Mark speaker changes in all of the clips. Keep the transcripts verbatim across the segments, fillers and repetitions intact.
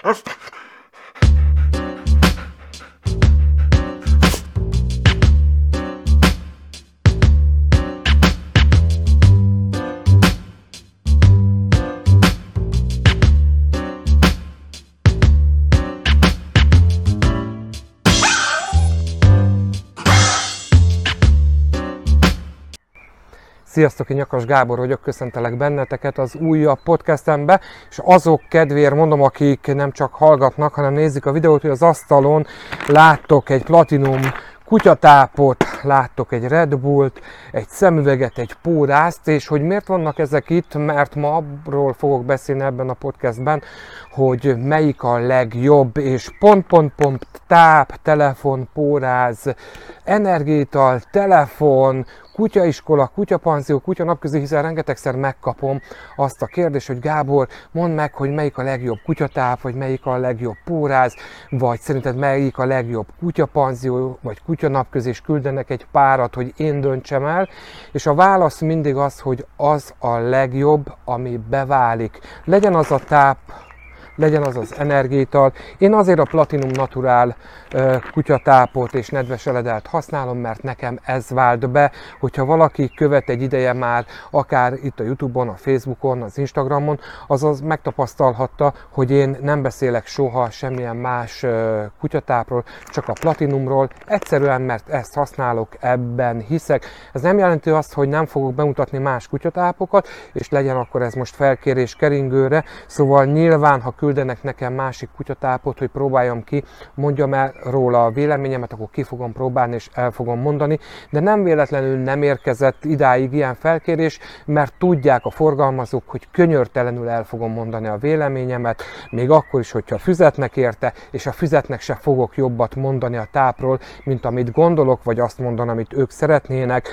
Speaker 1: Sziasztok, én Nyakas Gábor vagyok, köszöntelek benneteket az újabb podcastembe, és azok kedvéért mondom, akik nem csak hallgatnak, hanem nézik a videót, hogy az asztalon láttok egy Platinum kutyatápot, láttok egy Red Bullt, egy szemüveget, egy pórázt, és hogy miért vannak ezek itt, mert ma abról fogok beszélni ebben a podcastben, hogy melyik a legjobb, és pont-pont-pont táp, telefon, póráz, energiaital, telefon, kutyaiskola, kutyapanzió, kutyanapközi, hiszen rengetegszer megkapom azt a kérdést, hogy Gábor, mondd meg, hogy melyik a legjobb kutyatáp, vagy melyik a legjobb póráz, vagy szerinted melyik a legjobb kutyapanzió, vagy kutyanapközi, és küldenek egy párat, hogy én döntsem el, és a válasz mindig az, hogy az a legjobb, ami beválik. Legyen az a táp, legyen az az energiaital. Én azért a Platinum Natural uh, kutyatápot és nedves eledelt használom, mert nekem ez vált be. Hogyha valaki követ egy ideje már, akár itt a YouTube-on, a Facebookon, az Instagramon, azaz megtapasztalhatta, hogy én nem beszélek soha semmilyen más uh, kutyatápról, csak a Platinumról. Egyszerűen, mert ezt használok, ebben hiszek. Ez nem jelenti azt, hogy nem fogok bemutatni más kutyatápokat, és legyen akkor ez most felkérés keringőre. Szóval nyilván, ha küldenek nekem másik kutyatápot, hogy próbáljam ki, mondjam el róla a véleményemet, akkor ki fogom próbálni és el fogom mondani, de nem véletlenül nem érkezett idáig ilyen felkérés, mert tudják a forgalmazók, hogy könyörtelenül el fogom mondani a véleményemet, még akkor is, hogyha fizetnek érte, és a fizetnek se fogok jobbat mondani a tápról, mint amit gondolok, vagy azt mondani, amit ők szeretnének,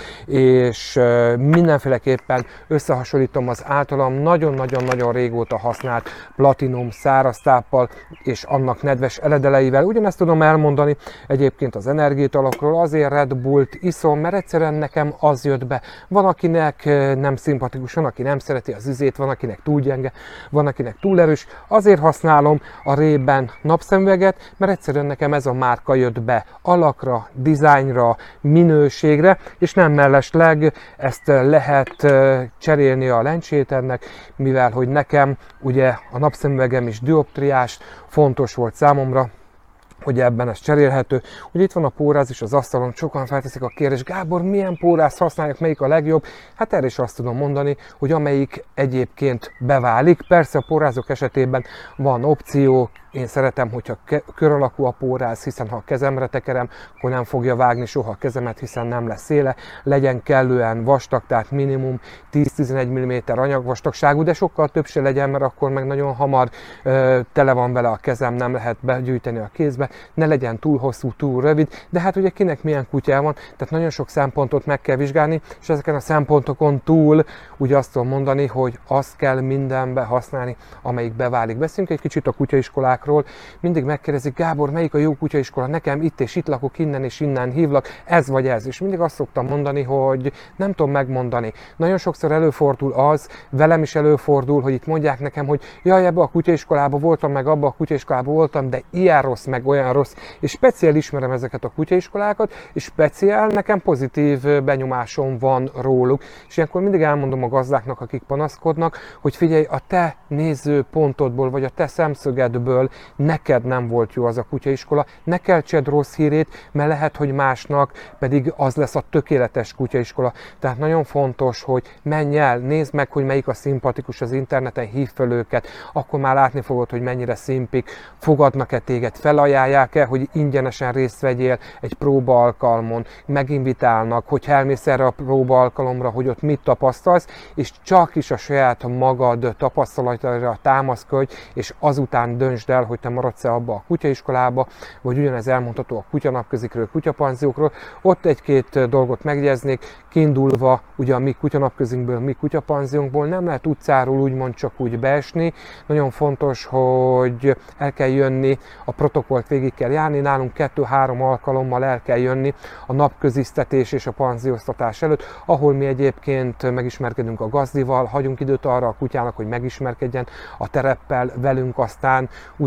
Speaker 1: és mindenféleképpen összehasonlítom az általam nagyon-nagyon-nagyon régóta használt Platinum száraz táppal és annak nedves eledeleivel. Ugyanezt tudom elmondani egyébként az energiaitalokról, azért Red Bullt iszom, mert egyszerűen nekem az jött be. Van, akinek nem szimpatikus, van, aki nem szereti az ízét, van, akinek túl gyenge, van, akinek túl erős. Azért használom a Ray-Ban napszemüveget, mert egyszerűen nekem ez a márka jött be alakra, dizájnra, minőségre, és nem mellesleg ezt lehet cserélni a lencsétennek, mivel hogy nekem ugye a napszemüvegem is dioptriás, fontos volt számomra, hogy ebben ez cserélhető. Ugye itt van a póráz is az asztalon, sokan felteszik a kérdést, Gábor, milyen pórázt használják, melyik a legjobb? Hát erre is azt tudom mondani, hogy amelyik egyébként beválik. Persze a pórázok esetében van opció, én szeretem, hogyha kör alakú a póráz, hiszen ha a kezemre tekerem, akkor nem fogja vágni soha a kezemet, hiszen nem lesz széle. Legyen kellően vastag, tehát minimum tíz-tizenegy milliméter anyagvastagságú, de sokkal több se legyen, mert akkor meg nagyon hamar ö, tele van vele a kezem, nem lehet begyűjteni a kézbe. Ne legyen túl hosszú, túl rövid, de hát ugye kinek milyen kutyá van, tehát nagyon sok szempontot meg kell vizsgálni, és ezeken a szempontokon túl ugye azt tudom mondani, hogy azt kell mindenbe használni, amelyik beválik. Beszéljünk egy kicsit a kutyaiskolákról. Mindig megkérdezik, Gábor, melyik a jó kutyaiskola? Nekem itt és itt lakok, innen és innen hívlak, ez vagy ez. És mindig azt szoktam mondani, hogy nem tudom megmondani. Nagyon sokszor előfordul az, velem is előfordul, hogy itt mondják nekem, hogy jaj, ebbe a kutyaiskolába voltam, meg abba a kutyaiskolába voltam, de ilyen rossz, meg olyan rossz. És speciál ismerem ezeket a kutyaiskolákat, és speciál nekem pozitív benyomásom van róluk. És ilyenkor mindig elmondom a gazdáknak, akik panaszkodnak, hogy figyelj, a te nézőpontodból, vagy a te szemszögedből neked nem volt jó az a kutyaiskola, ne keltsed rossz hírét, mert lehet, hogy másnak pedig az lesz a tökéletes kutyaiskola. Tehát nagyon fontos, hogy menj el, nézd meg, hogy melyik a szimpatikus az interneten, hív fel őket, akkor már látni fogod, hogy mennyire szimpik, fogadnak-e téged, felajánlják-e, hogy ingyenesen részt vegyél egy próba alkalmon, meginvitálnak, hogy elmész erre a próba alkalomra, hogy ott mit tapasztalsz, és csak is a saját magad tapasztalataira támaszkodj, és azután döntsd el, hogy te maradsz-e abba a kutyaiskolába, vagy ugyanez elmondható a kutyanapközikről, kutyapanziókról. Ott egy-két dolgot megjegyeznék, kiindulva ugye a mi kutyanapközünkből, mi kutyapanziónkból nem lehet utcáról úgymond csak úgy beesni. Nagyon fontos, hogy el kell jönni, a protokollt végig kell járni, nálunk kettő-három alkalommal el kell jönni a napközisztetés és a panzióztatás előtt, ahol mi egyébként megismerkedünk a gazdival, hagyunk időt arra a kutyának, hogy megismerkedjen a tereppel velünk, aztán utána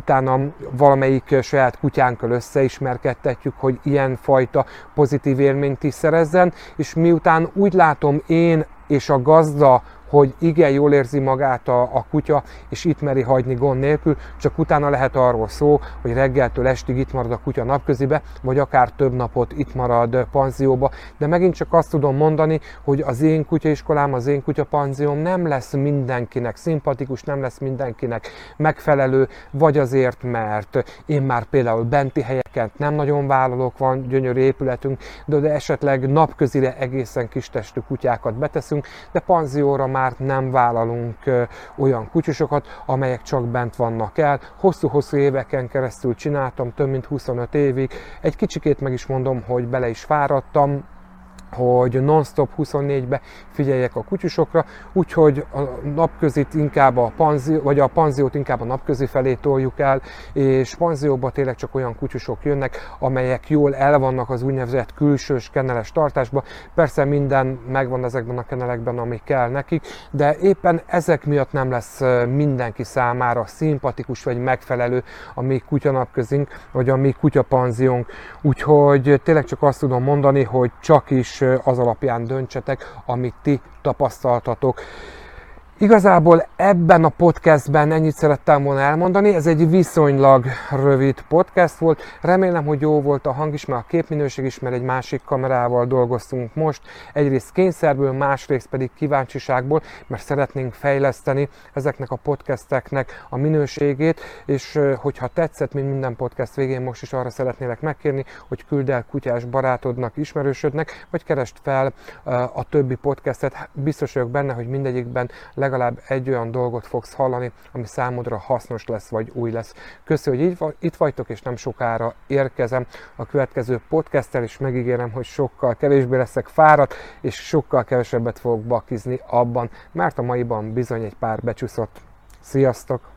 Speaker 1: utána valamelyik saját kutyánkkal összeismerkedtetjük, hogy ilyen fajta pozitív élményt is szerezzen, és miután úgy látom én és a gazda, hogy igen, jól érzi magát a, a kutya, és itt meri hagyni gond nélkül, csak utána lehet arról szó, hogy reggeltől estig itt marad a kutya napközibe, vagy akár több napot itt marad panzióba. De megint csak azt tudom mondani, hogy az én kutyaiskolám, az én kutyapanzióm nem lesz mindenkinek szimpatikus, nem lesz mindenkinek megfelelő, vagy azért, mert én már például benti helyeket nem nagyon vállalok, van gyönyörű épületünk, de, de esetleg napközire egészen kistestű kutyákat beteszünk, de panzióra már nem vállalunk olyan kutyusokat, amelyek csak bent vannak el. Hosszú-hosszú éveken keresztül csináltam, több mint huszonöt évig. Egy kicsikét meg is mondom, hogy bele is fáradtam, hogy non-stop huszonnégybe figyeljek a kutyusokra, úgyhogy a napközit inkább a panzió, vagy a panziót inkább a napközi felé toljuk el, és panzióba tényleg csak olyan kutyusok jönnek, amelyek jól el vannak az úgynevezett külsős kenneles tartásban. Persze minden megvan ezekben a kennelekben, ami kell nekik, de éppen ezek miatt nem lesz mindenki számára szimpatikus vagy megfelelő a mi kutyanapközink, vagy a mi kutyapanziónk. Úgyhogy tényleg csak azt tudom mondani, hogy csak is az alapján döntsetek, amit ti tapasztaltatok. Igazából ebben a podcastben ennyit szerettem volna elmondani, ez egy viszonylag rövid podcast volt, remélem, hogy jó volt a hang is, mert a képminőség is, mert egy másik kamerával dolgoztunk most, egyrészt kényszerből, másrészt pedig kíváncsiságból, mert szeretnénk fejleszteni ezeknek a podcasteknek a minőségét, és hogyha tetszett, mint minden podcast végén, most is arra szeretnélek megkérni, hogy küld el kutyás barátodnak, ismerősödnek, vagy keresd fel a többi podcastet, biztos vagyok benne, hogy mindegyikben legalább egy olyan dolgot fogsz hallani, ami számodra hasznos lesz, vagy új lesz. Köszönöm, hogy itt vagytok, és nem sokára érkezem a következő podcasttel, és megígérem, hogy sokkal kevésbé leszek fáradt, és sokkal kevesebbet fogok bakizni abban, mert a maiban bizony egy pár becsúszott. Sziasztok!